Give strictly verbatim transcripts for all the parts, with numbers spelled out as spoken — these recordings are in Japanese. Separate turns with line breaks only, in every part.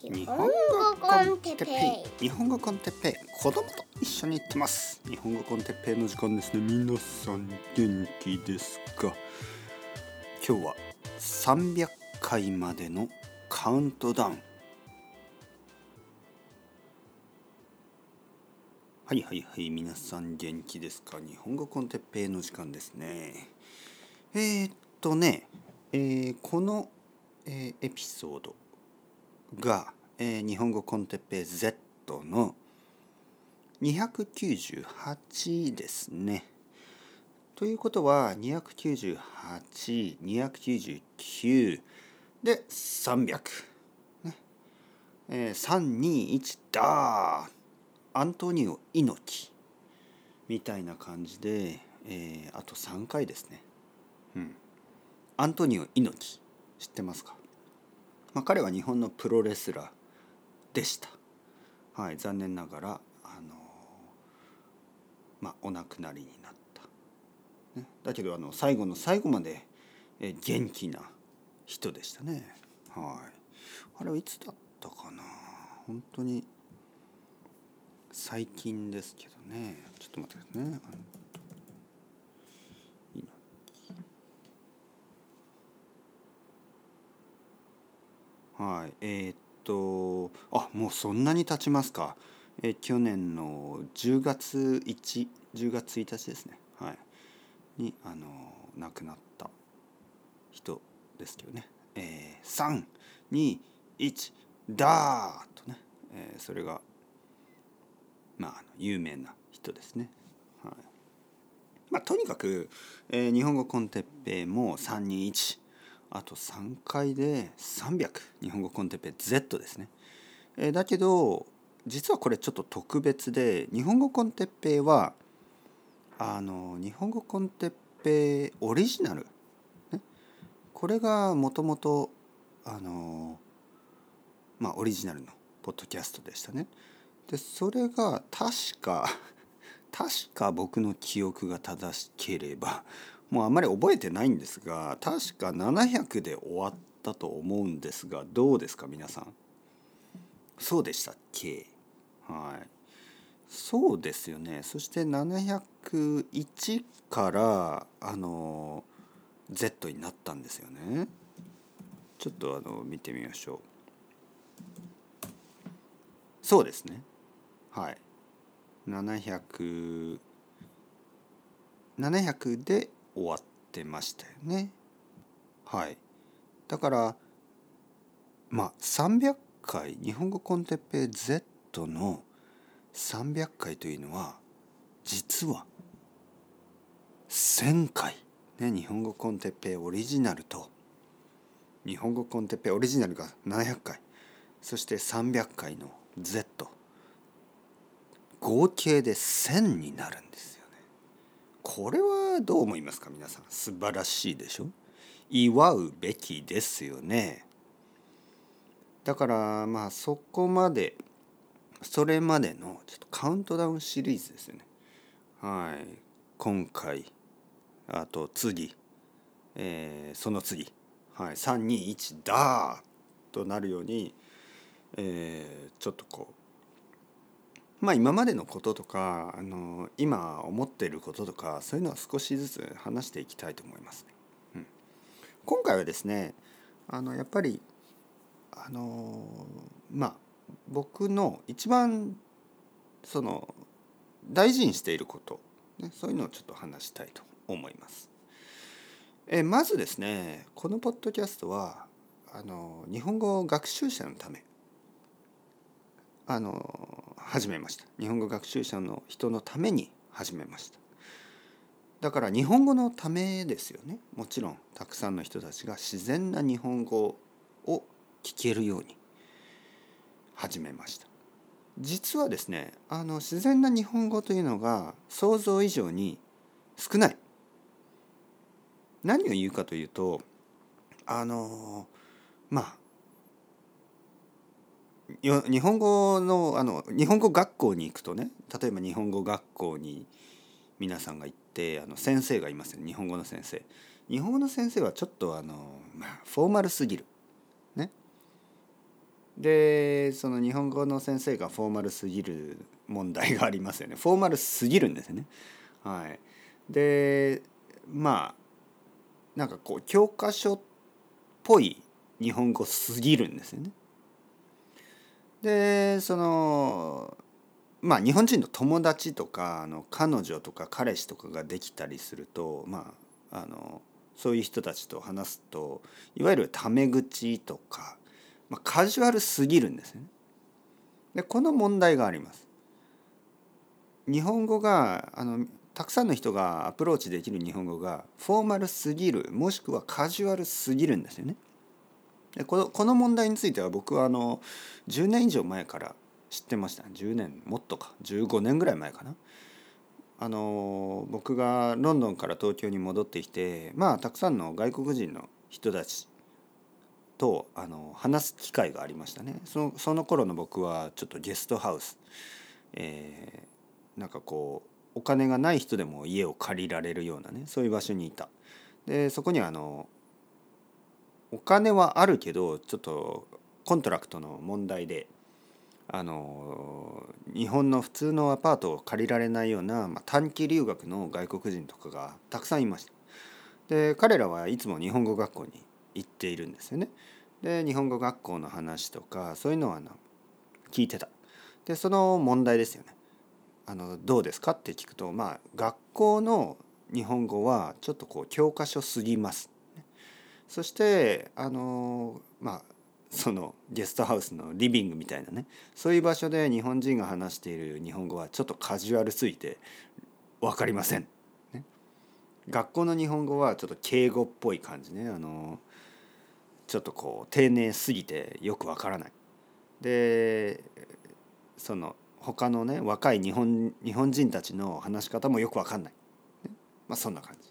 日本語コンテッペイ日本語コンテッペイ子供と一緒に行ってます。日本語コンテッペイの時間ですね。皆さん元気ですか？今日はさんびゃっかいまでのカウントダウン。はいはいはい、皆さん元気ですか？日本語コンテッペイの時間ですね。えー、っとね、えー、この、えー、エピソードが、えー、日本語コンテッペイ Z のにひゃくきゅうじゅうはちですね。ということはにひゃくきゅうじゅうはち、にひゃくきゅうじゅうきゅうでさんびゃく、ねえー、さんにいちだーアントニオ猪木みたいな感じで、えー、あとさんかいですね。うん、アントニオ猪木知ってますか？まあ、彼は日本のプロレスラーでした。はい、残念ながらあの、まあ、お亡くなりになった、ね、だけどあの最後の最後までえ元気な人でしたね。はい、あれはいつだったかな。本当に最近ですけどね。ちょっと待ってくださいね。はい、えー、っとあもうそんなに経ちますか。え去年のじゅうがつついたちじゅうがつついたちですね。はいにあの亡くなった人ですけどね。えー、さんにいちだーとね、えー、それがまあ有名な人ですね。はい、まあ、とにかく、えー、日本語コンテッペイもさんにいち、あとさんかいでさんびゃく、日本語コンテッペイ Z ですね。えー、だけど実はこれちょっと特別で、日本語コンテッペイはあの日本語コンテッペイオリジナル、ね、これがもともとあのまあオリジナルのポッドキャストでしたね。でそれが確か確か僕の記憶が正しければ、もうあんまり覚えてないんですが、確かななひゃくで終わったと思うんですが、どうですか皆さん。そうでしたっけ？はい、そうですよね。そしてななひゃくいちからあの Z になったんですよね。ちょっとあの見てみましょう。そうですね。はい。ななひゃく、ななひゃくで終わってましたよね。はい。だからまあさんびゃっかい、日本語コンテッペイ Z のさんびゃっかいというのは実はせんかい、ね、日本語コンテッペイオリジナルと日本語コンテッペイオリジナルがななひゃっかい、そしてさんびゃっかいの Z、 合計でせんになるんですよね。これはどう思いますか皆さん。素晴らしいでしょ。祝うべきですよね。だからまあそこまで、それまでのちょっとカウントダウンシリーズですよね。はい、今回、あと次、えー、その次、はい、さんにいちだーとなるように、えー、ちょっとこうまあ今までのこととか、あの今思っていることとか、そういうのは少しずつ話していきたいと思いますね。うん、今回はですね、あのやっぱりあのまあ僕の一番その大事にしていること、ね、そういうのをちょっと話したいと思います。えまずですね、このポッドキャストはあの日本語学習者のためあの始めました。日本語学習者の人のために始めました。だから日本語のためですよね。もちろんたくさんの人たちが自然な日本語を聞けるように始めました。実はですね、あの自然な日本語というのが想像以上に少ない。何を言うかというと、あのまあよ日本語のあの日本語学校に行くとね、例えば日本語学校に皆さんが行って、あの先生がいますよね。日本語の先生。日本語の先生はちょっとあの、まあ、フォーマルすぎる。ね。 でその日本語の先生がフォーマルすぎる問題がありますよね。フォーマルすぎるんですよね。はい、でまあなんかこう教科書っぽい日本語すぎるんですよね。でそのまあ日本人の友達とかあの彼女とか彼氏とかができたりするとまああのそういう人たちと話すといわゆるタメ口とか、まあ、カジュアルすぎるんですよね。でこの問題があります。日本語があのたくさんの人がアプローチできる日本語がフォーマルすぎるもしくはカジュアルすぎるんですよね。でこの、この問題については僕はあのじゅうねん以上前から知ってました。じゅうねんもっとかじゅうごねんぐらい前かな。あの僕がロンドンから東京に戻ってきてまあたくさんの外国人の人たちとあの話す機会がありましたね。その、その頃の僕はちょっとゲストハウス、えー、なんかこうお金がない人でも家を借りられるようなねそういう場所にいた。でそこにはあのお金はあるけどちょっとコントラクトの問題であの日本の普通のアパートを借りられないような、まあ、短期留学の外国人とかがたくさんいました。で彼らはいつも日本語学校に行っているんですよね。で日本語学校の話とかそういうのはあの聞いてた。でその問題ですよね。あのどうですかって聞くとまあ学校の日本語はちょっとこう教科書すぎます。そしてあのまあそのゲストハウスのリビングみたいなねそういう場所で日本人が話している日本語はちょっとカジュアルすぎて分かりません。ね、学校の日本語はちょっと敬語っぽい感じねあのちょっとこう丁寧すぎてよくわからない。でその他のね若い日本日本人たちの話し方もよくわかんない。ね、まあそんな感じ。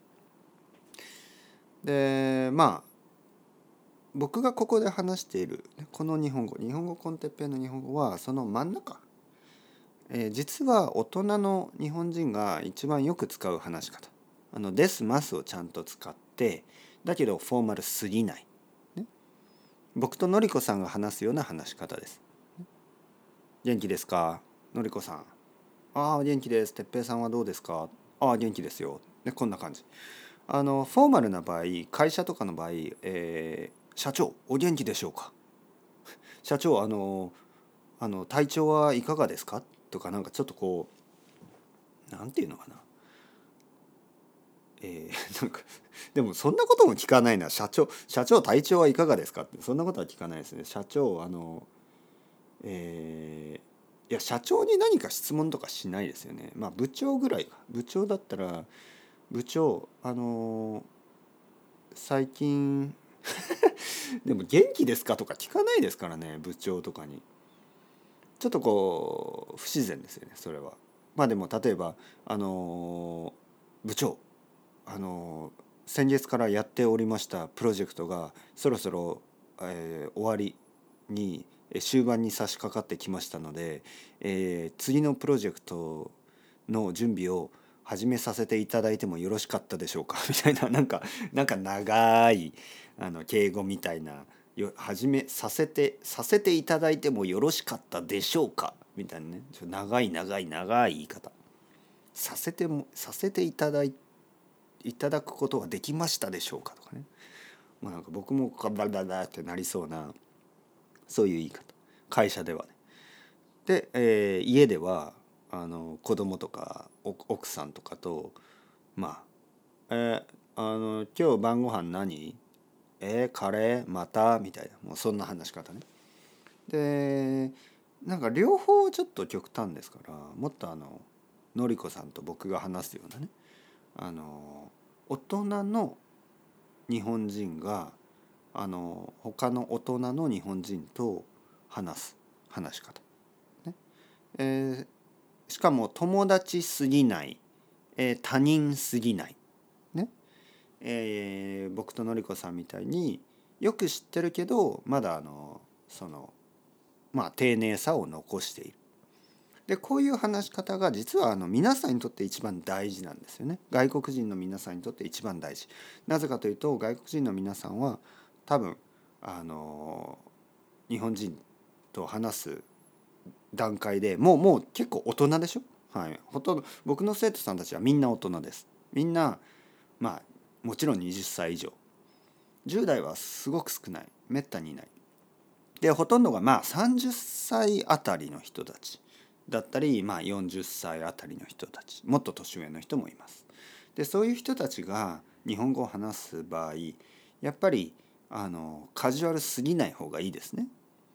でまあ僕がここで話しているこの日本語日本語コンテッペイの日本語はその真ん中、えー実は大人の日本人が一番よく使う話し方あのですますをちゃんと使ってだけどフォーマルすぎない、ね、僕とのりこさんが話すような話し方です。元気ですかのりこさん。ああ元気です。てっぺいさんはどうですか。ああ元気ですよ。ね、こんな感じ。あのフォーマルな場合会社とかの場合、えー社長お元気でしょうか。社長あのあの体調はいかがですかとかなんかちょっとこうなんていうのかな、えー、なんかでもそんなことも聞かないな。社長社長体調はいかがですかってそんなことは聞かないですね。社長あのえーいや社長に何か質問とかしないですよね。まあ部長ぐらいか。部長だったら部長あの最近でも元気ですかとか聞かないですからね部長とかに。ちょっとこう不自然ですよねそれは。まあでも例えばあの部長あの先月からやっておりましたプロジェクトがそろそろ、えー終わりに終盤に差し掛かってきましたので、えー次のプロジェクトの準備を始めさせていただいてもよろしかったでしょうかみたいななんかなんか長いあの敬語みたいなよ始めさせてさせていただいてもよろしかったでしょうかみたいなねちょ長い長い長い言い方させてもさせていただいいただくことはできましたでしょうかとかね、まあ、なんか僕もガラダダってなりそうなそういう言い方会社ではね。で、えー家ではあの子供とか奥さんとかとまあ、えーあの今日晩ご飯何えー、カレーまたみたいなもうそんな話し方ね。でなんか両方ちょっと極端ですからもっとあののりこさんと僕が話すようなねあの大人の日本人があの他の大人の日本人と話す話し方、ねえーしかも友達すぎない、えー他人すぎない、ねえー僕とのりこさんみたいによく知ってるけどまだあのそのまあ丁寧さを残している。でこういう話し方が実はあの皆さんにとって一番大事なんですよね。外国人の皆さんにとって一番大事。なぜかというと外国人の皆さんは多分あの日本人と話す段階でもうもう結構大人でしょ。はい、ほとんど僕の生徒さんたちはみんな大人です。みんなまあもちろんはたち以上、じゅう代はすごく少ない、めったにいない。でほとんどがまあさんじゅっさいあたりの人たちだったり、まあ、よんじゅっさいあたりの人たち、もっと年上の人もいます。でそういう人たちが日本語を話す場合、やっぱりあのカジュアルすぎない方がいいですね。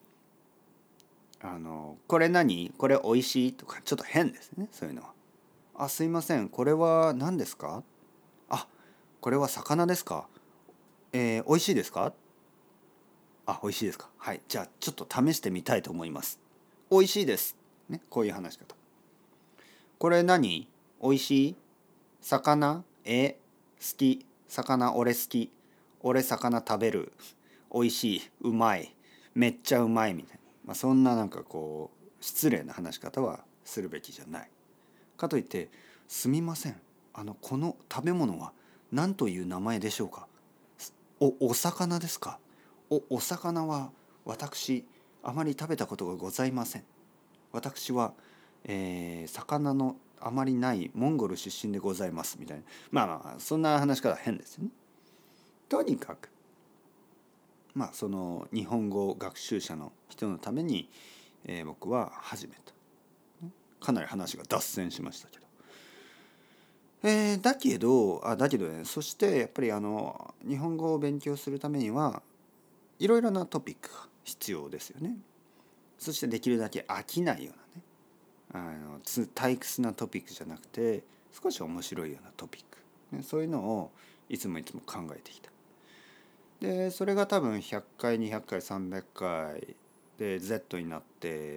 あのこれ何これおいしいとかちょっと変ですね、そういうのは。あ、すいません、これは何ですか。あ、これは魚ですか。えー、おいしいですか。あ、美味しいですか。はい、じゃあちょっと試してみたいと思います。美味しいです。ね、こういう話し方。これ何美味しい魚え好き魚俺好き俺魚食べる美味しいうまいめっちゃうまいみたいな、まあ、そんななんかこう失礼な話し方はするべきじゃない。かといってすみません、あのこの食べ物は何という名前でしょうか。おお魚ですか。おお魚は私あまり食べたことがございません。私は、えー魚のあまりないモンゴル出身でございますみたいな、まあまあそんな話し方は変ですよね。とにかくまあその日本語学習者の人のために、えー僕は始めた。かなり話が脱線しましたけど、えーだけどあだけどね、そしてやっぱりあの日本語を勉強するためにはいろいろなトピックが必要ですよね。そしてできるだけ飽きないようなね、あのつ退屈なトピックじゃなくて少し面白いようなトピック、ね、そういうのをいつもいつも考えてきた。でそれが多分ひゃっかいにひゃっかいさんびゃっかいで Z になって、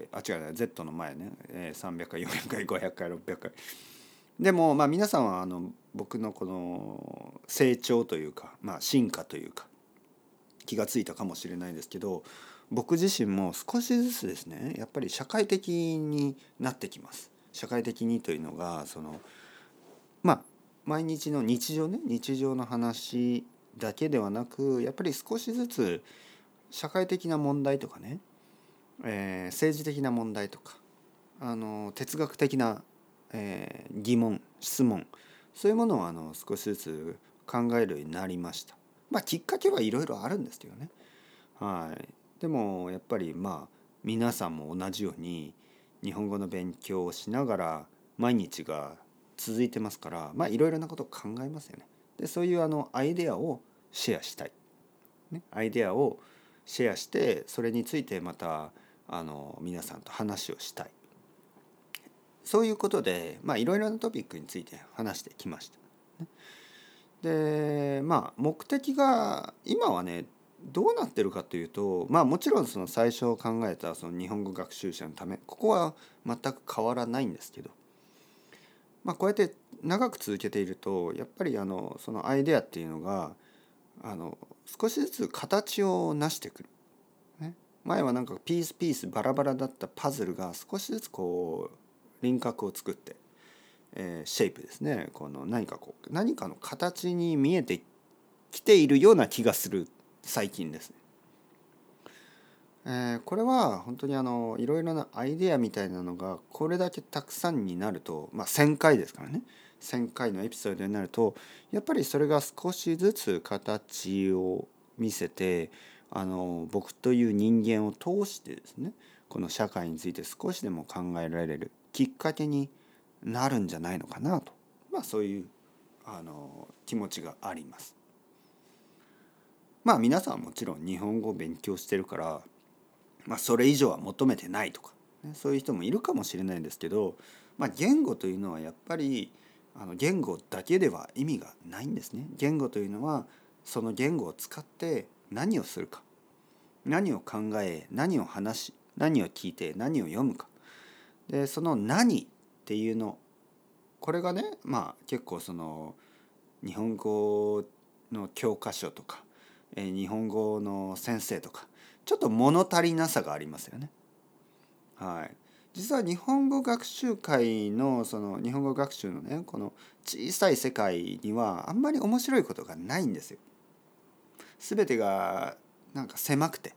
あ違うね Z の前ね、えー、さんびゃっかいよんひゃっかいごひゃっかいろっぴゃっかいでもまあ皆さんはあの僕のこの成長というか、まあ、進化というか気がついたかもしれないですけど、僕自身も少しずつですねやっぱり社会的になってきます。社会的にというのがそのまあ毎日の日常ね日常の話だけではなく、やっぱり少しずつ社会的な問題とかね、えー政治的な問題とかあの哲学的な、えー疑問質問、そういうものをあの少しずつ考えるようになりました。まあきっかけはいろいろあるんですけどね。はい、でもやっぱりまあ皆さんも同じように日本語の勉強をしながら毎日が続いてますから、まあいろいろなことを考えますよね。でそういうあのアイデアをシェアしたい、ね、アイデアをシェアしてそれについてまたあの皆さんと話をしたい、そういうことでまあいろいろなトピックについて話してきました。でまあ目的が今はねどうなってるかというと、まあもちろんその最初考えたその日本語学習者のため、ここは全く変わらないんですけど、まあこうやって長く続けているとやっぱりあのそのアイデアっていうのがあの少しずつ形を成してくる、ね、前はなんかピースピースバラバラだったパズルが少しずつこう輪郭を作って、えーシェイプですね、この何かこう何かの形に見えてきているような気がする最近ですね。えーこれは本当にあのいろいろなアイデアみたいなのがこれだけたくさんになると、まあ、せんかいですからね、せんかいのエピソードになるとやっぱりそれが少しずつ形を見せて、あの僕という人間を通してですねこの社会について少しでも考えられるきっかけになるんじゃないのかなと、まあ、そういうあの気持ちがあります。まあ皆さんはもちろん日本語を勉強してるから、まあ、それ以上は求めてないとか、ね、そういう人もいるかもしれないんですけど、まあ、言語というのはやっぱりあの言語だけでは意味がないんですね。言語というのはその言語を使って何をするか、何を考え、何を話し、何を聞いて、何を読むか。でその何っていうの、これがねまあ結構その日本語の教科書とか、えー日本語の先生とかちょっと物足りなさがありますよね。はい、実は日本語学習会のその日本語学習のねこの小さい世界にはあんまり面白いことがないんですよ。全てがなんか狭くて、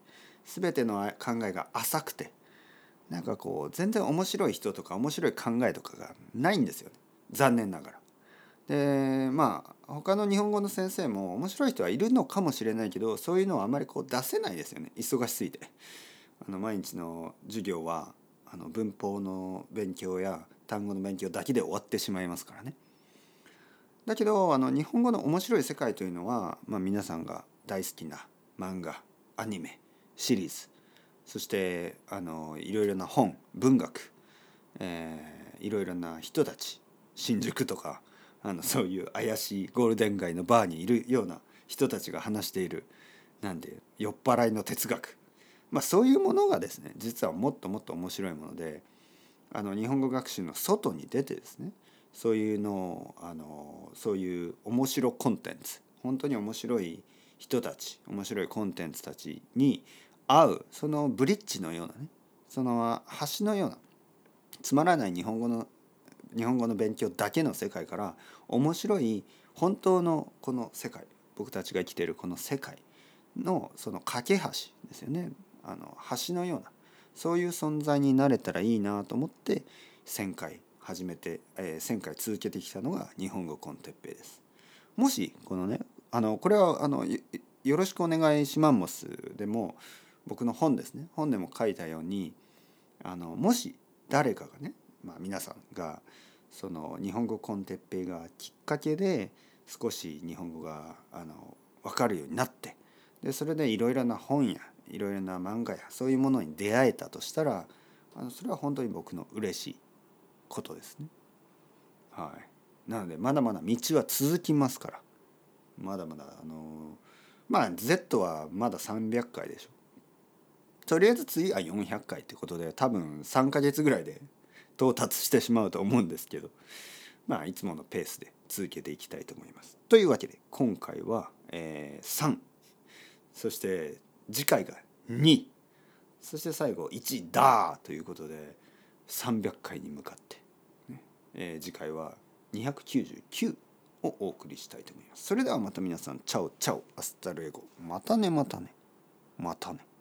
全ての考えが浅くて、なんかこう全然面白い人とか面白い考えとかがないんですよね、残念ながら。でまあ他の日本語の先生も面白い人はいるのかもしれないけど、そういうのはあまりこう出せないですよね、忙しすぎて。あの毎日の授業はあの文法の勉強や単語の勉強だけで終わってしまいますからね。だけどあの日本語の面白い世界というのは、まあ、皆さんが大好きな漫画、アニメ、シリーズ、そしてあのいろいろな本、文学、えーいろいろな人たち、新宿とかあのそういう怪しいゴールデン街のバーにいるような人たちが話している、なんで酔っ払いの哲学、まあ、そういうものがですね実はもっともっと面白いもので、あの日本語学習の外に出てですね、そういうのをあのそういう面白コンテンツ、本当に面白い人たち、面白いコンテンツたちに合う、そのブリッジのようなね、その橋のような、つまらない日本語の日本語の勉強だけの世界から面白い本当のこの世界、僕たちが生きているこの世界のその架け橋ですよね。あの橋のようなそういう存在になれたらいいなと思ってせんかい始めて、えー、せんかい続けてきたのが日本語コンテッペイです。もしこのね、あのこれはあのよよろしくお願いしマンモスでも僕の本ですね、本でも書いたように、あのもし誰かがね、まあ、皆さんがその日本語コンテッペイがきっかけで少し日本語があの分かるようになって、でそれでいろいろな本やいろいろな漫画やそういうものに出会えたとしたら、あのそれは本当に僕の嬉しいことですね。はい、なのでまだまだ道は続きますから、まだまだあのまあ Z はまださんびゃっかいでしょ。とりあえず次はよんひゃっかいってことで、多分さんかげつぐらいで到達してしまうと思うんですけど、まあいつものペースで続けていきたいと思います。というわけで今回は、えー、さん、そして次回がに、そして最後いちだということでさんびゃっかいに向かって、ねえー、次回はにひゃくきゅうじゅうきゅうをお送りしたいと思います。それではまた皆さん、チャオチャオ、アスタルエゴ、またねまたねまたね。